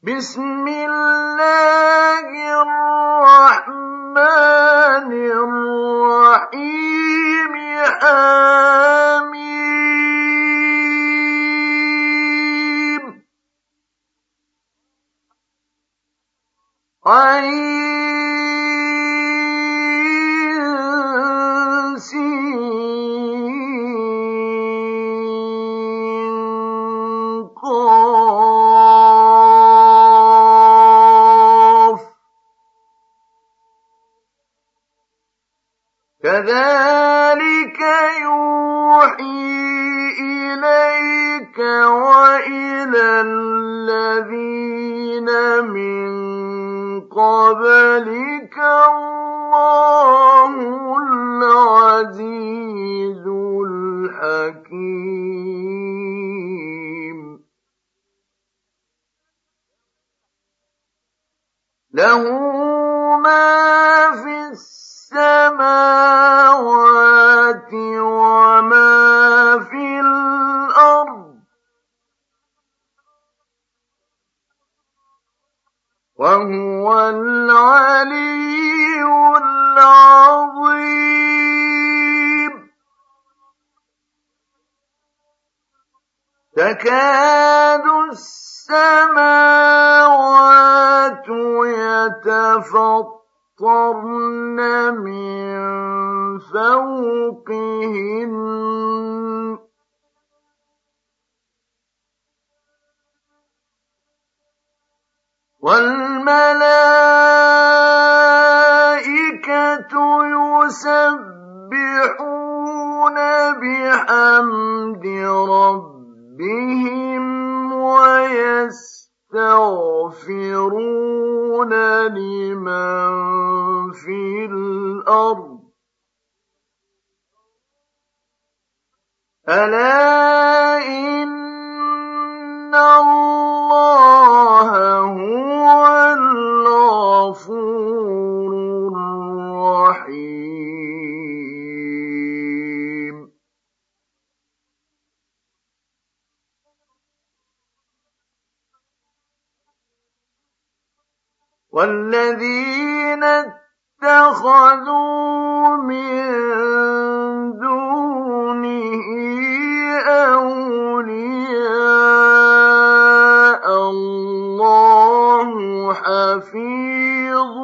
بسم الله الرحمن الرحيم حميم عين سين قاف كذلك يوحي إليك وإلى الذين من قبلك الله العزيز الحكيم له ما في السماوات وما في الأرض وهو العلي العظيم تكاد السماوات يتفطرن من فوقهن والملائكة يسبحون بحمد ربهم ويستغفرون لمن في الأرض ألا إن الله هو الغفور الرحيم والذين اتخذوا من دونه أولياء الله حفيظ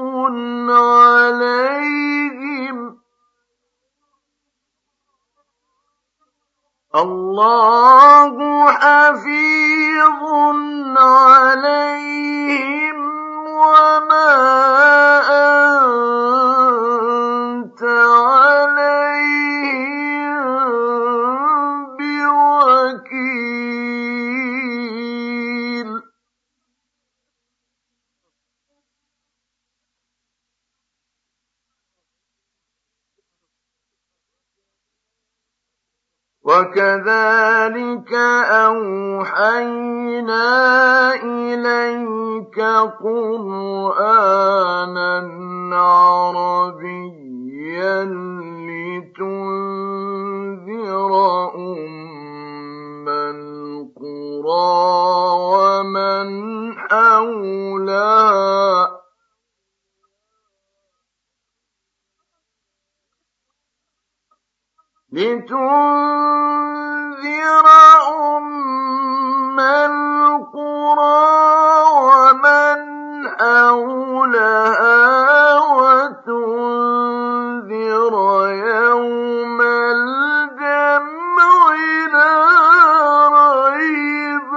عليهم وما أنت عليهم بوكيل وكذلك أوحينا إليك قرآنا عربيا لتنذر القرى ومن حولها وتنذر يوم الجمع لا ريب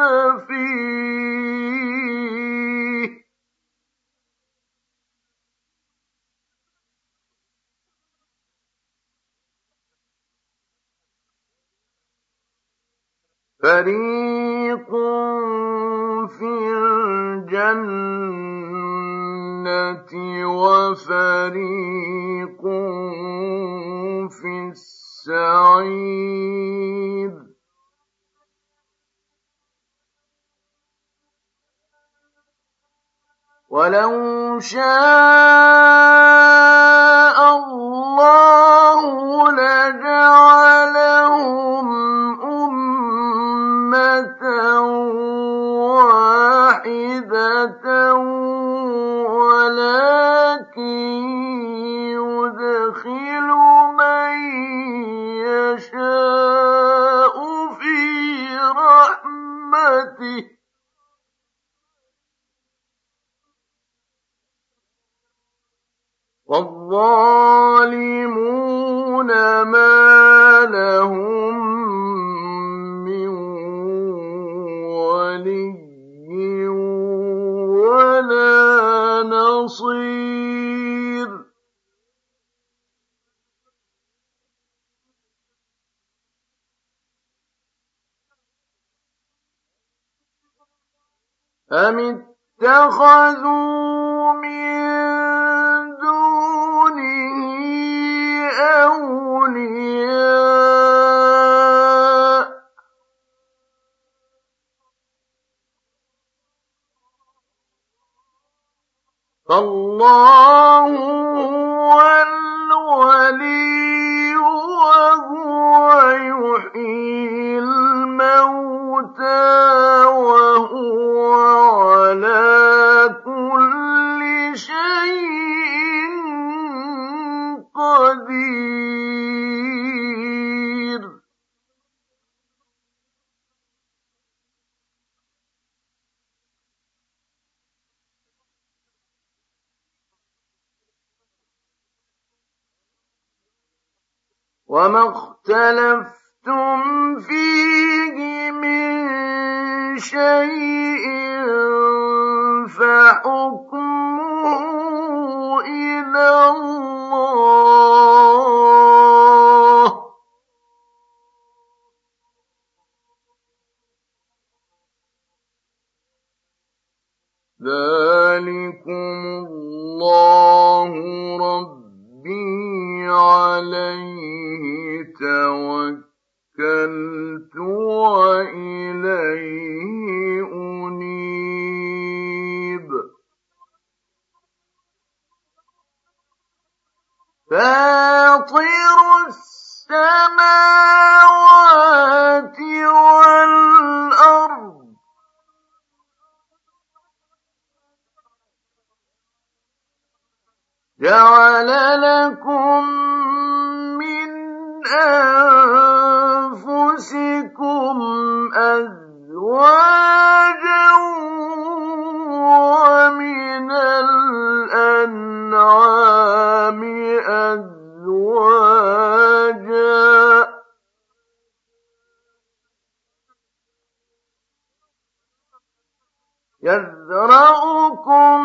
فيه فريق في الجنة وفريق في السعير ولو شاء الله لجعلهم أمة واحدة ولكن يدخل من يشاء في رحمته والظالمون ما لهم من ولي ولا نصير أم اتخذوا من دونه أولياء فالله هو الولي وهو يحيي الموتى وهو على كل شيء قدير وما اختلفتم فيه من شيء فحكمه إلى الله ذلكم الله ربي عليه توكلت وإليه أنيب فاطر السماوات والأرض جعل لكم من أنفسكم أزواجا ومن الأنعام أزواجا يذرأكم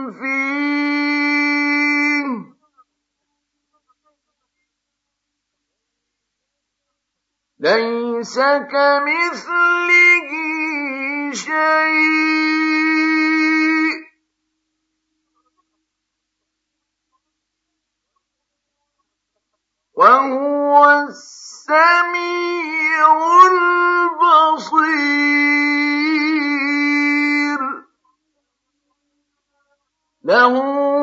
فيه ليس كمثله شيء وهو السميع البصير له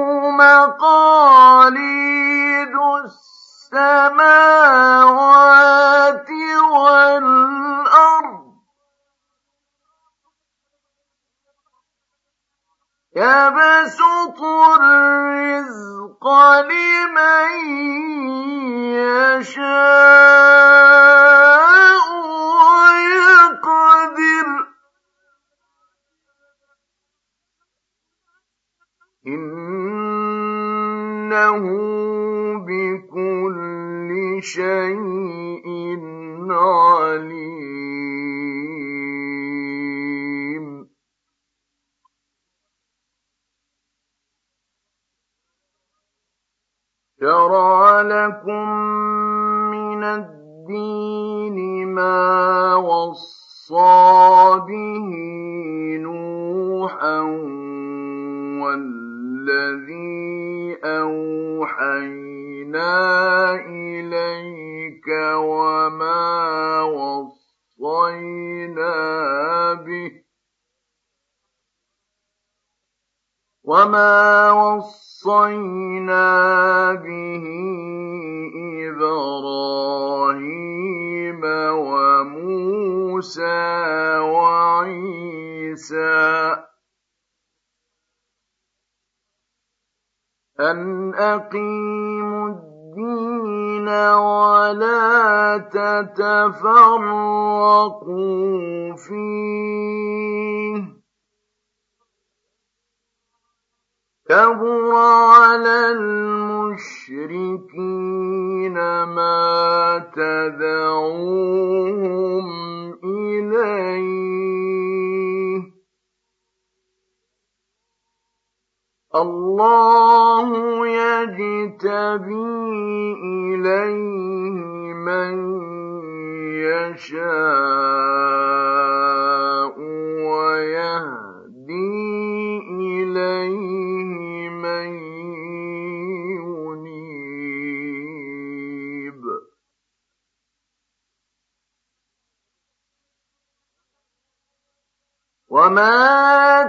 مقاليد السماوات والأرض يبسط الرزق لمن يشاء ويقدر إنه بكل شيء عليم شرع لكم من الدين ما وصى به نوحا والذي أوحينا إليك وما وصينا به إبراهيم وموسى وعيسى أن أقيموا الدين ولا تتفرقوا فيه كبر على المشركين ما تدعوهم إليه الله يجتبي إليه من يشاء ويهدي إليه من ينيب وما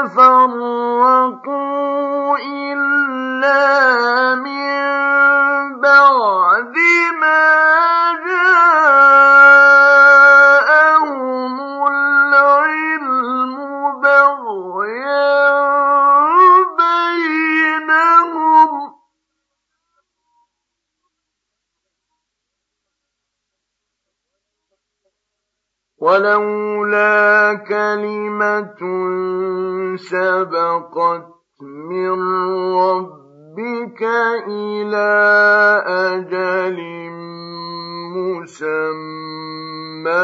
تفرقوا إلا من بعد ما جاءهم العلم بغيا بينهم ولولا كلمة سبقت من ربك إلى أجل مسمى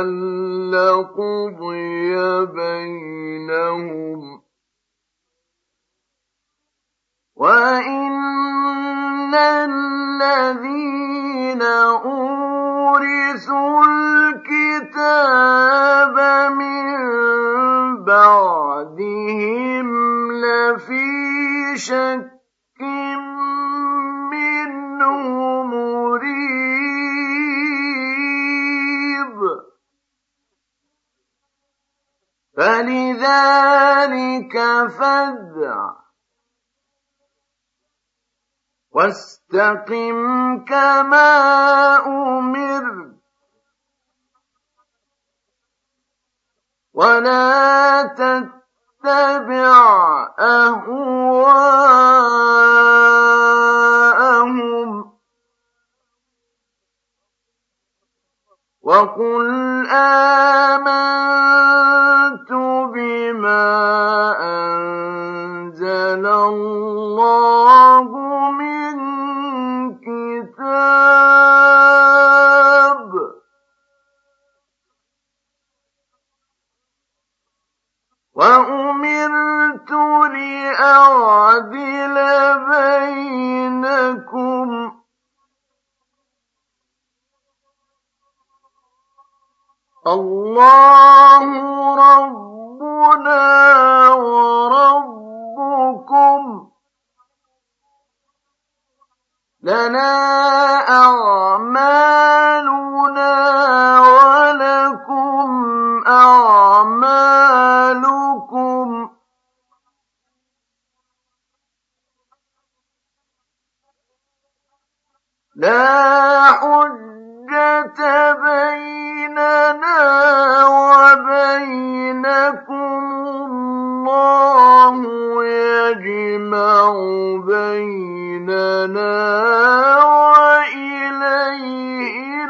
لقضي بينهم وإن الذين أورثوا الكتاب من بعدهم لفي شك منه مريب فلذلك فادع واستقم كما أمرت ولا تتبع أهواءهم وقل آمنت بما أنزل الله من كتاب وأمرت لأعدل بينكم الله ربنا وربكم لنا أعمالنا ولكم أعمالكم لا حجة بيننا وبينكم الله يجمع بيننا وإليه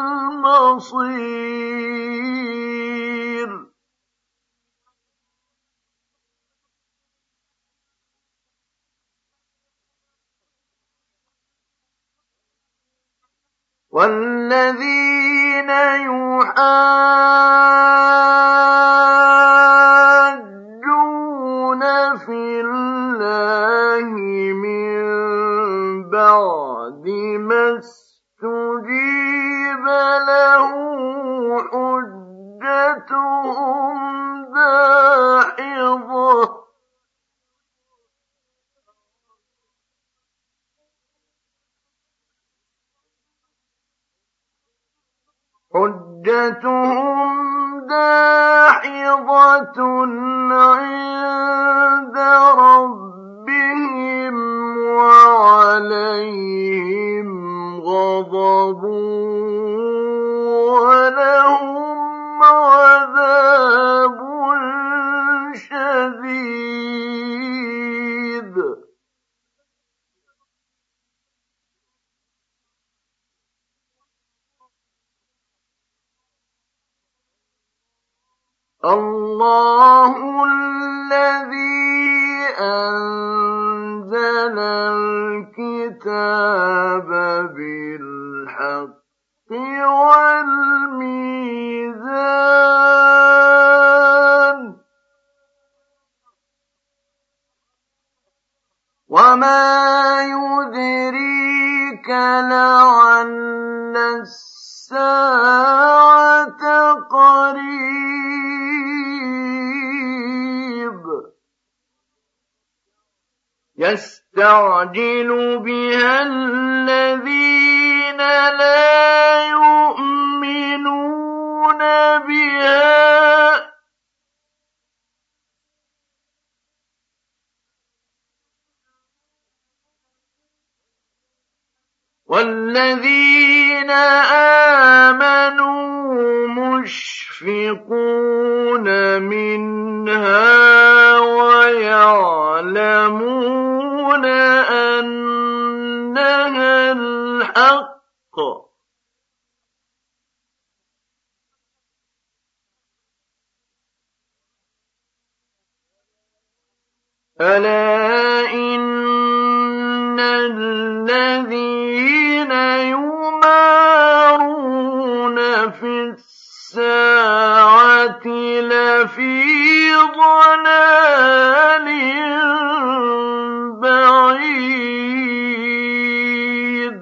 المصير والذين يحاجون في الله من بعد ما استجيب له حجتهم داحضة عند ربهم وعليهم غضب ولهم عذاب شديد الله الذي أنزل الكتاب بالحق والميزان وما يدريك لعل الساعة قريب يستعجل بها الذين لا يؤمنون بها والذين آمنوا مشفقون منها ويعلمون أنها الحق ألا إن الذين يمارون في الساعة لفي ضلال بعيد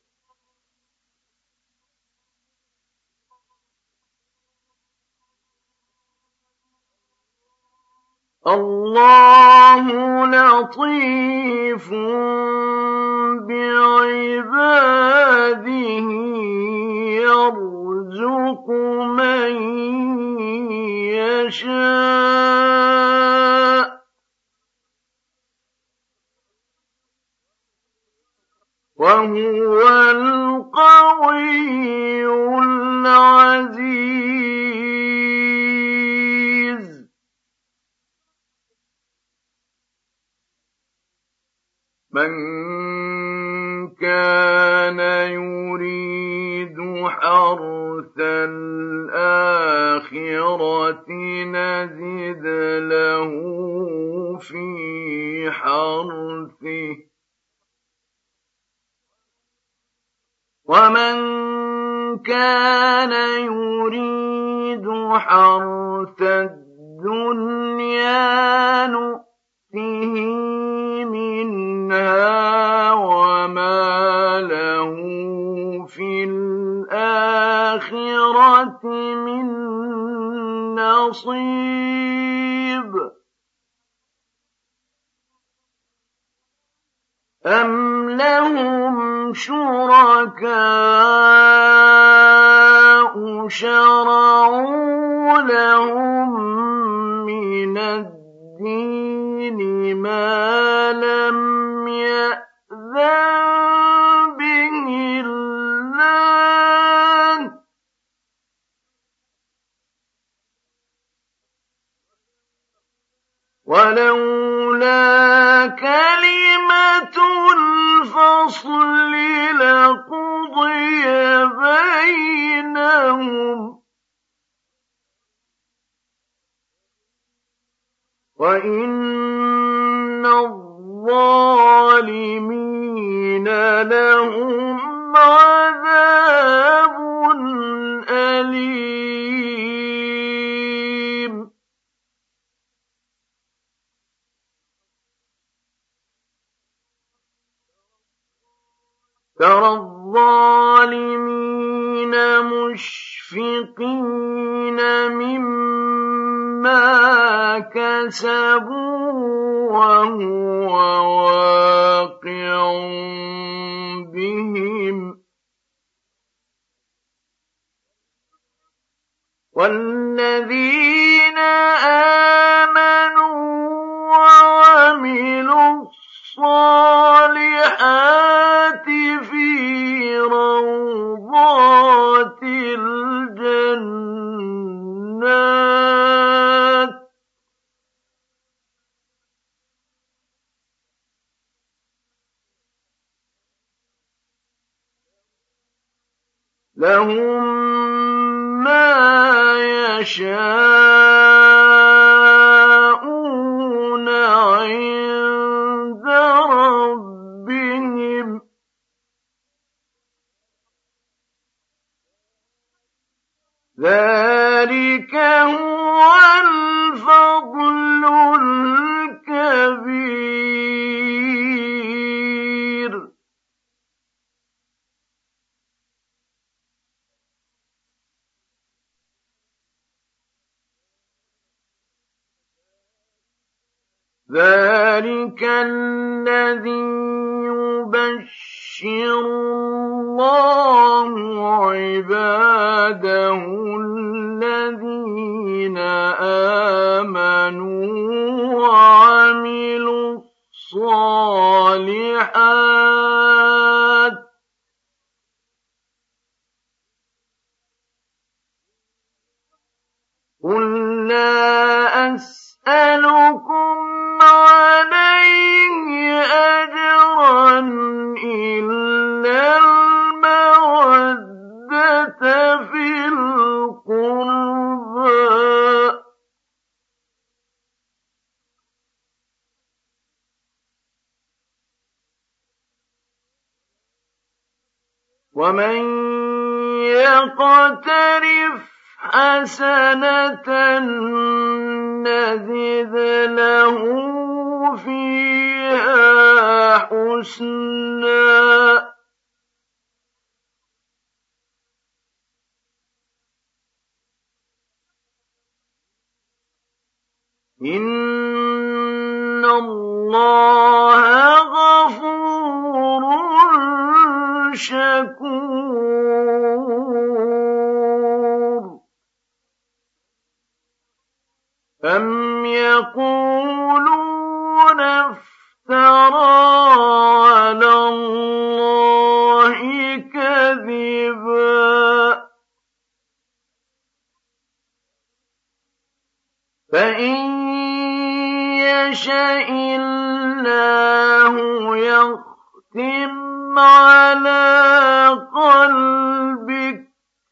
الله لطيف بعباده يرزق من يشاء وهو القوي العزيز من كان يريد حرث الآخرة نزد له في حرثه ومن كان يريد حرث الدنيا نؤته منها وما له في الآخرة من نصيب أم لهم شركاء شرعوا لهم من الدين ما لم يأذن به الله ولولا كلمة الفصل لقضي بينهم وإن الظالمين لهم عذاب أليم ترى الظالمين مشفقين مما كسبوا وهو واقع بهم والذين آمنوا وعملوا الصالحات في روضات الجنات لهم ما يشاءون ذلك هو الفضل الكبير. ذلك الذي يبشر الله عباده الذين آمنوا وعملوا الصالحات قل لا أسألكم عليه أجرا إلا المودة في القربى ومن يقترف حسنة نزد له فيها حسنا إن الله غفور شكور أم يقولون افترى على الله كذبا فإن يشاء الله يختم على قلبك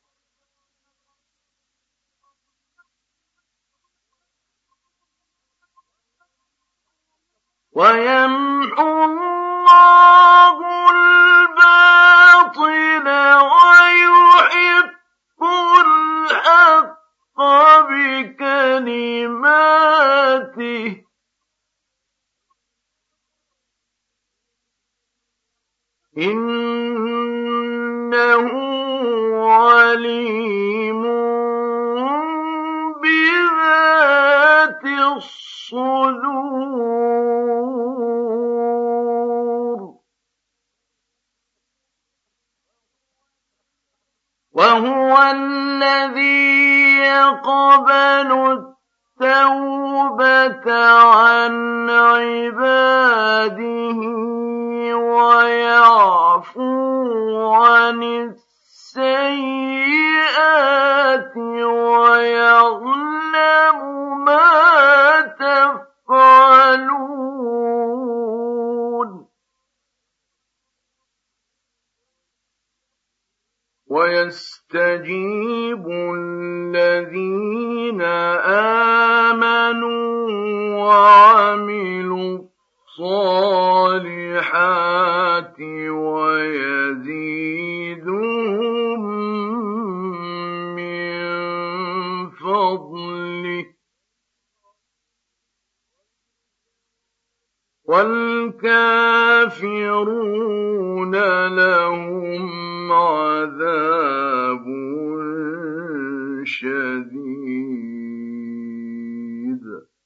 ويمحو الله الباطل ويحق الحق بكلماته إنه عليم بذات الصدور وهو الذي يقبل التوبة عن عباده ويعفو عن السيئات ويعلم ما تفعلون ويستجيب الذين آمنوا وعملوا الصالحات ويزيدهم من فضله والكافرون لهم عذاب شديد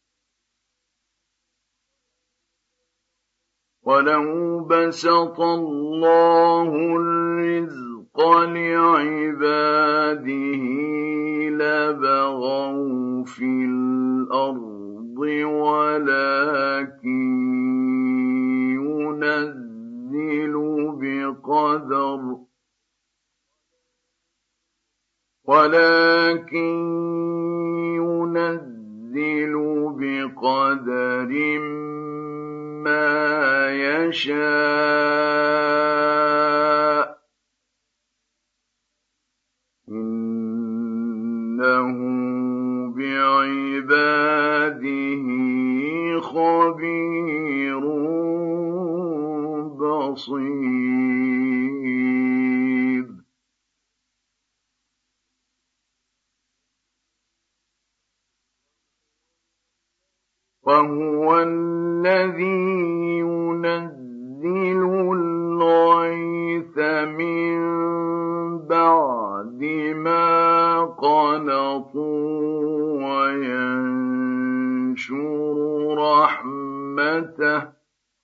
ولو بسط الله الرزق لعباده لبغوا في الأرض ولكن ينزل بقدر ما يشاء إنه بعباده خبير بصير. وهو الذي ينزل الغيث من بعد ما قنطوا وينشر رحمته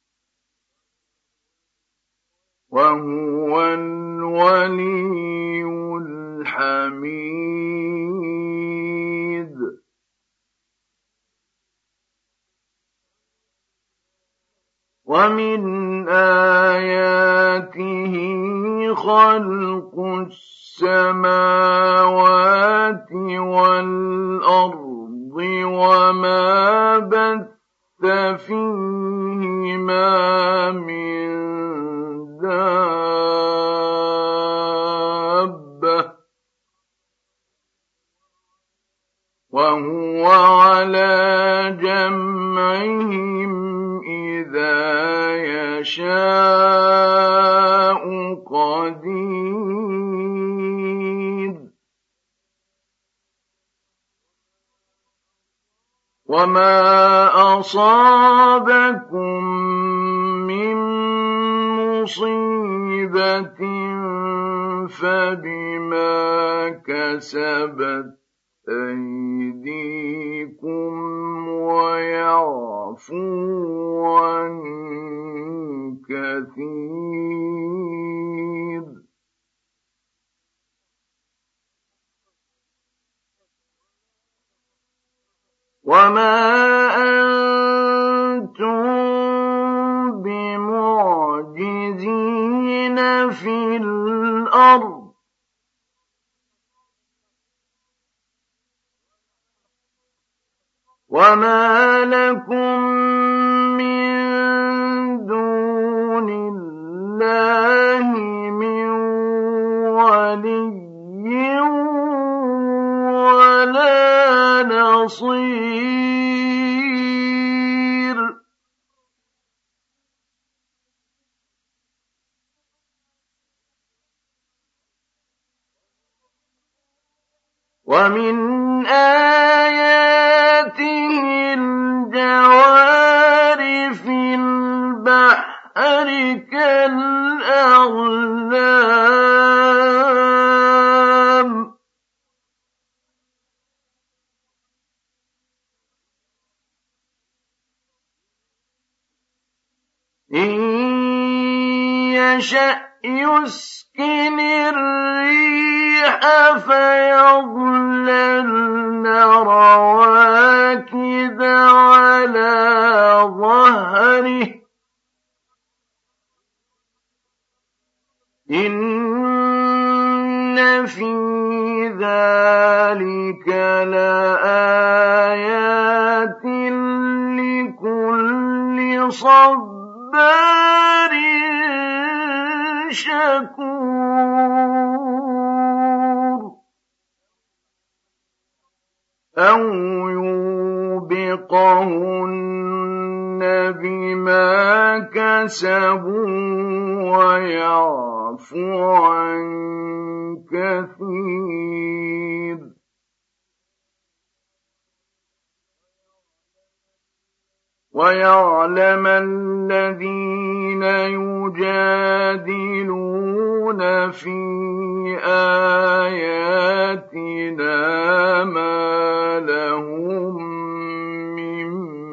وهو الولي الحميد ومن آياته خلق السماوات والأرض وما بث فيهما من دابة وهو على جمعهم إذا يشاء قدير وما أصابكم من مصيبة فبما كسبت أيديكم ويعفو عن كثير وما أنتم بمعجزين في الأرض وما لكم من دون الله من ولي ولا نصير ومن آياته الجوار في البحر كالأعلام إن يشأ يسكن الريح فيظللن رواكد على ظهره إن في ذلك لآيات لكل صبار شكور أو يوبقهن بما كسبوا ويعفو عن كثير ويعلم الذين يجادلون في آياتنا ما لهم من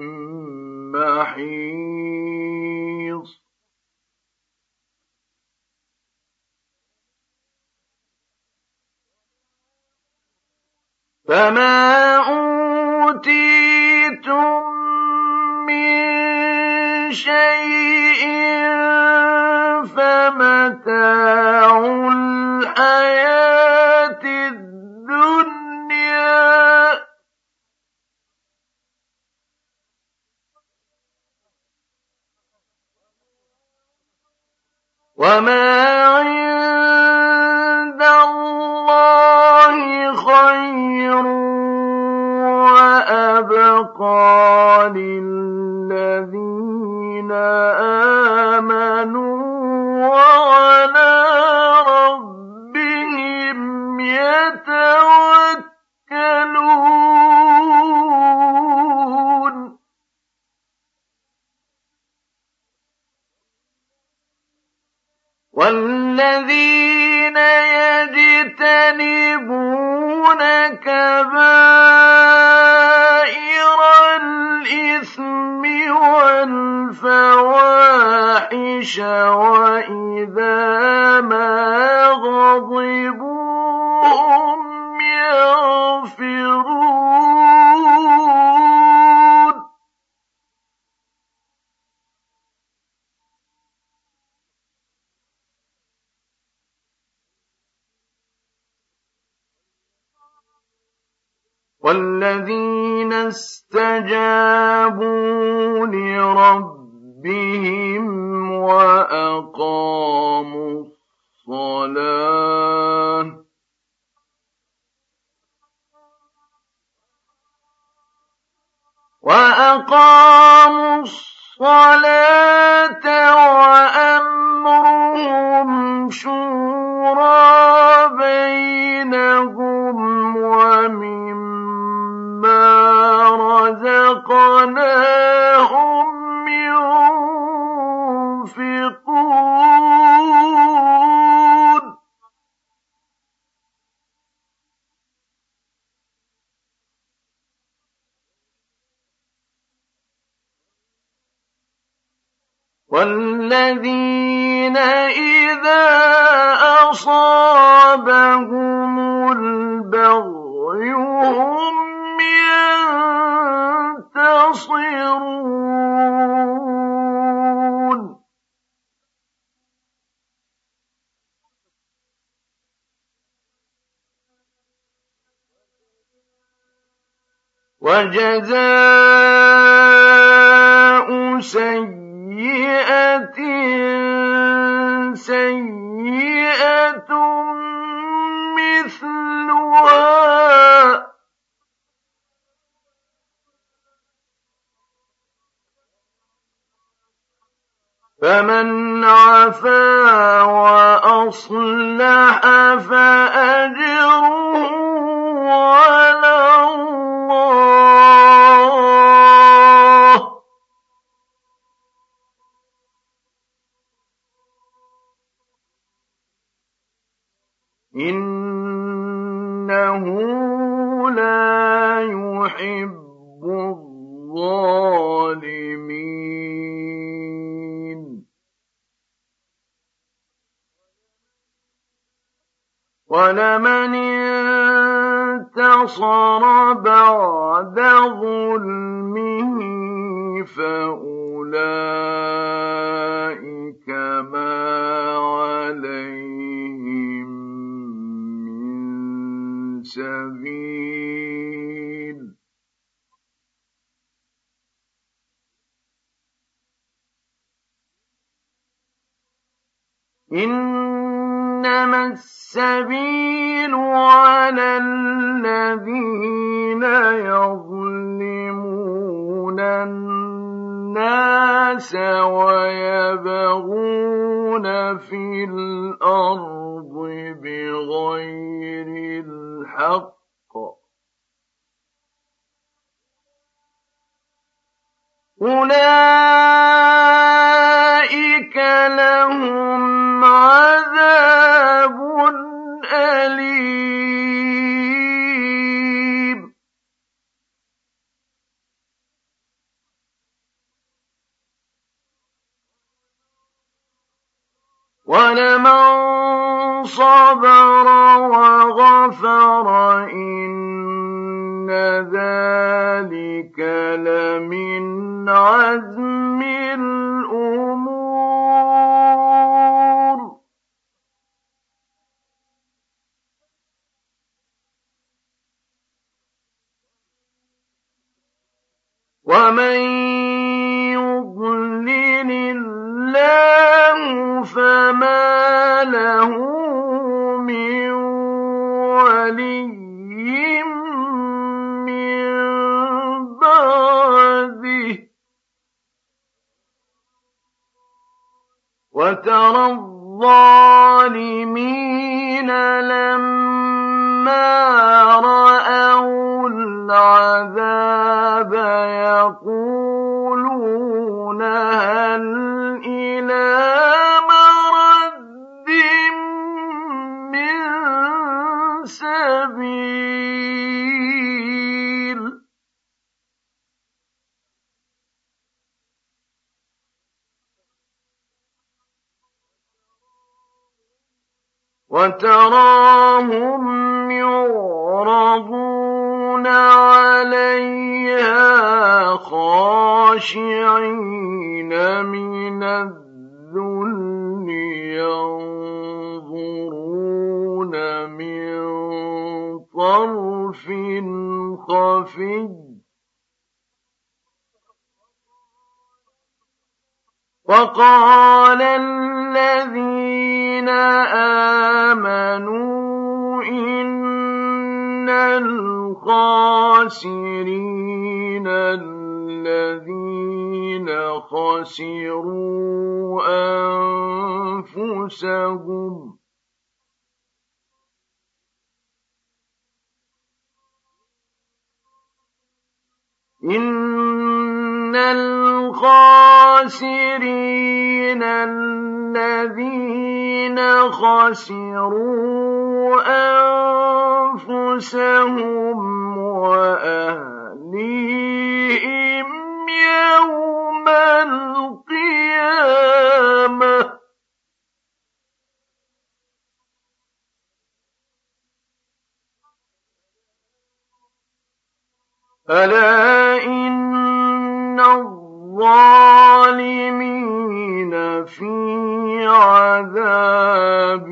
محيص فما أوتيتم من شيء فمتاع الحياة الدنيا وما عند الله خير وأبقى للذين آمنوا وعلى ربهم يتوكلون والذين يجتنبون كبائر الإثم والفواحش وإذا ما غضبوا هم يغفرون والذين استجابوا لربهم وأقاموا الصلاة وأمرهم شورى بينهم ومما رزقناهم ينفقون والذين إذا أصابهم البغي هم ينتصرون وجزاء سيئة سيئة مثلها فمن عفا وأصلح فأجره على الله إنه لا يحب الظالمين ولمن انتصر بعد ظلمه فأولئك ما عليهم من سبيل إنما السبيل على الذين يظلمون الناس ويبغون في الأرض بغير الحق أولئك لهم عذاب أليم ولمن صبر وغفر إن ذلك لمن عزم الأمور ومن يضلل الله فما له من ولي من بعده وترى الظالمين لما رأوا العذاب يقولون هل إلى مرد وتراهم يعرضون عليها خاشعين من الذل ينظرون من طرف خفي وقال الذين آمنوا إن الخاسرين الذين خسروا أنفسهم إن الخاسرين الذين خسروا أنفسهم وأهليهم يوم القيامة ألا إن الظالمين في عذاب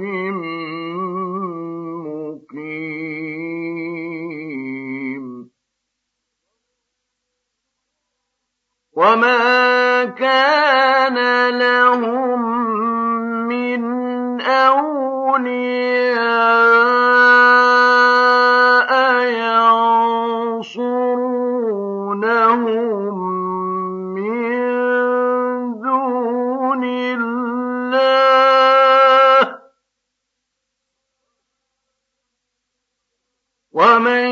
مقيم وما كان لهم من أولياء ينصرونهم من دون الله ومن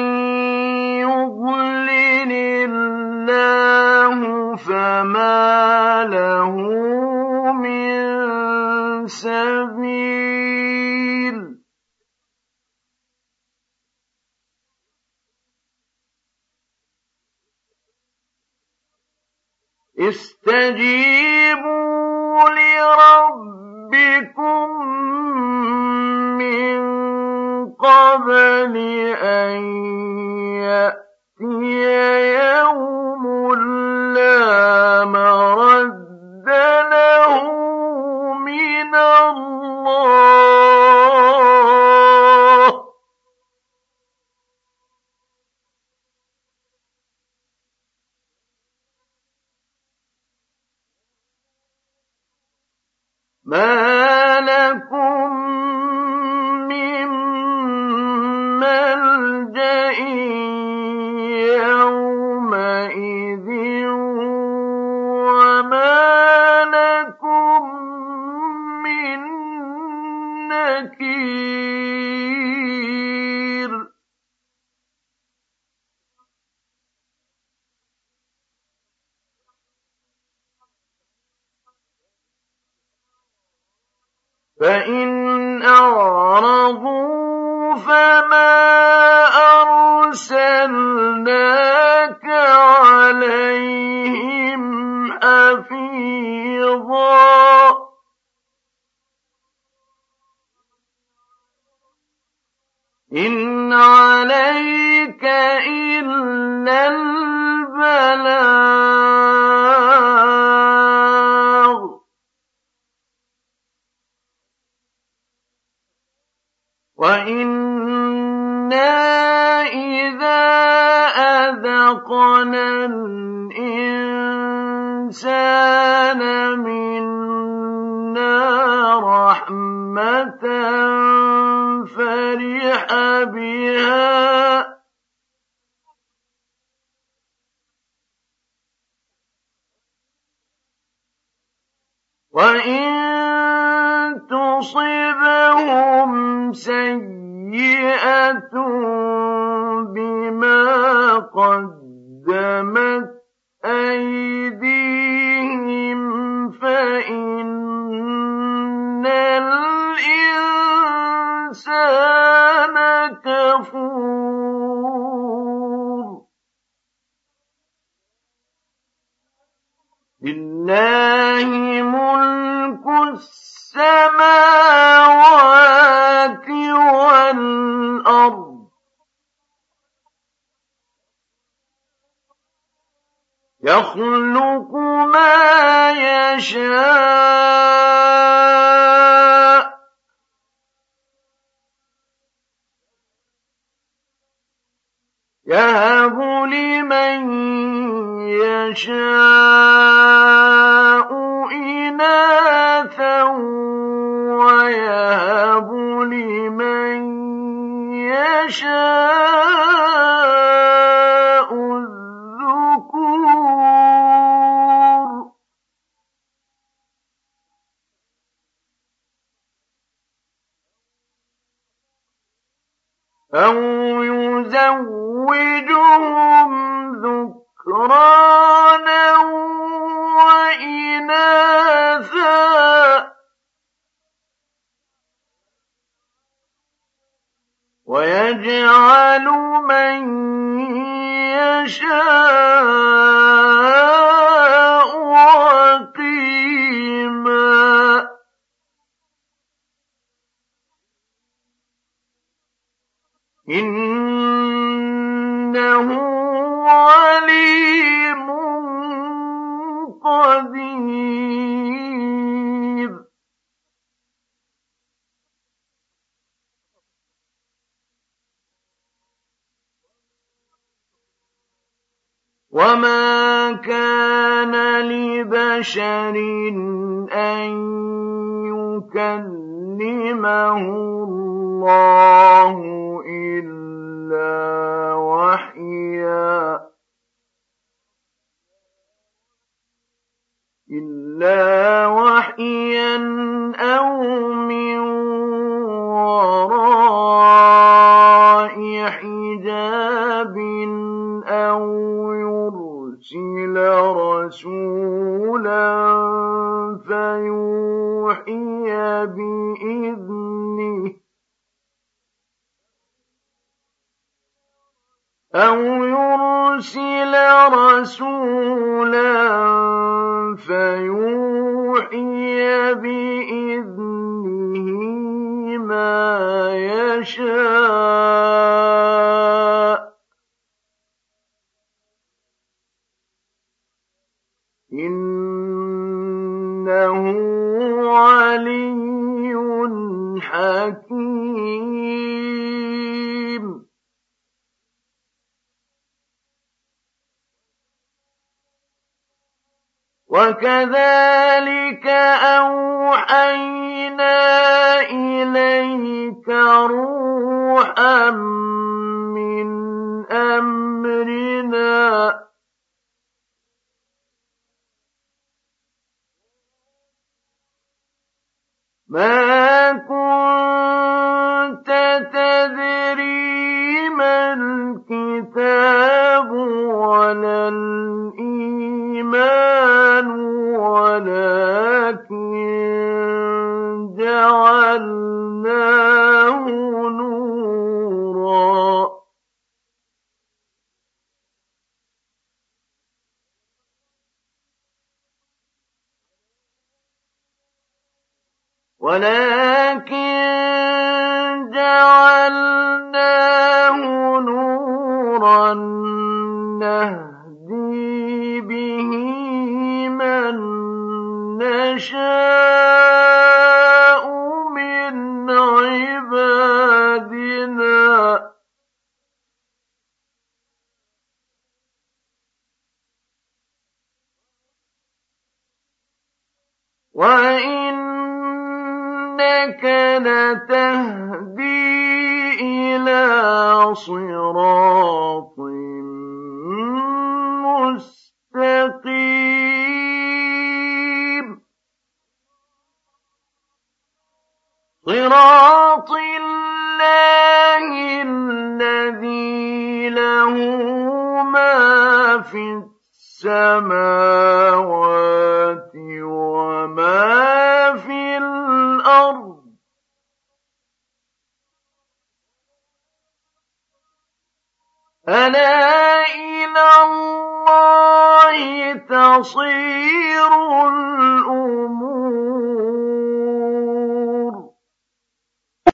يضلل الله فما له من سبيل استجيبوا لربكم من قبل أن يأتي يوم لا مرد له من الله ما لكم من ملجأ يومئذ وما لكم من نكير فإن أعرضوا فما أرسلناك عليهم حفيظا إن عليك إلا البلاغ وإنا إذا أذقنا الإنسان منا رحمة فرح بها وإن تصبهم سيئة بما قدمت أيديهم فإن الإنسان كفور لله ملك السماوات يخلق ما يشاء يهب لمن يشاء إناثا ويهب لمن يشاء الذكور أو يزوجهم ذكرانا وإناثا ويجعل من يشاء عقيما إنه عليم قدير وما كان لبشر أن يكلمه الله إلا وحيا أو من وراء حجاب أو يرسل رسولا فيوحي بإذنه ما يشاء إنه علي حكيم وكذلك أوحينا إليك روحا من أمرنا ما كنت تدري ما الكتاب ولا الإيمان ولكن جعلناه نورا نهدي به من نشاء من عبادنا وإنك لتهدي إلى صراط مستقيم صراط الله الذي له ما في السماوات وما في الأرض ألا إلى الله تصير الأمور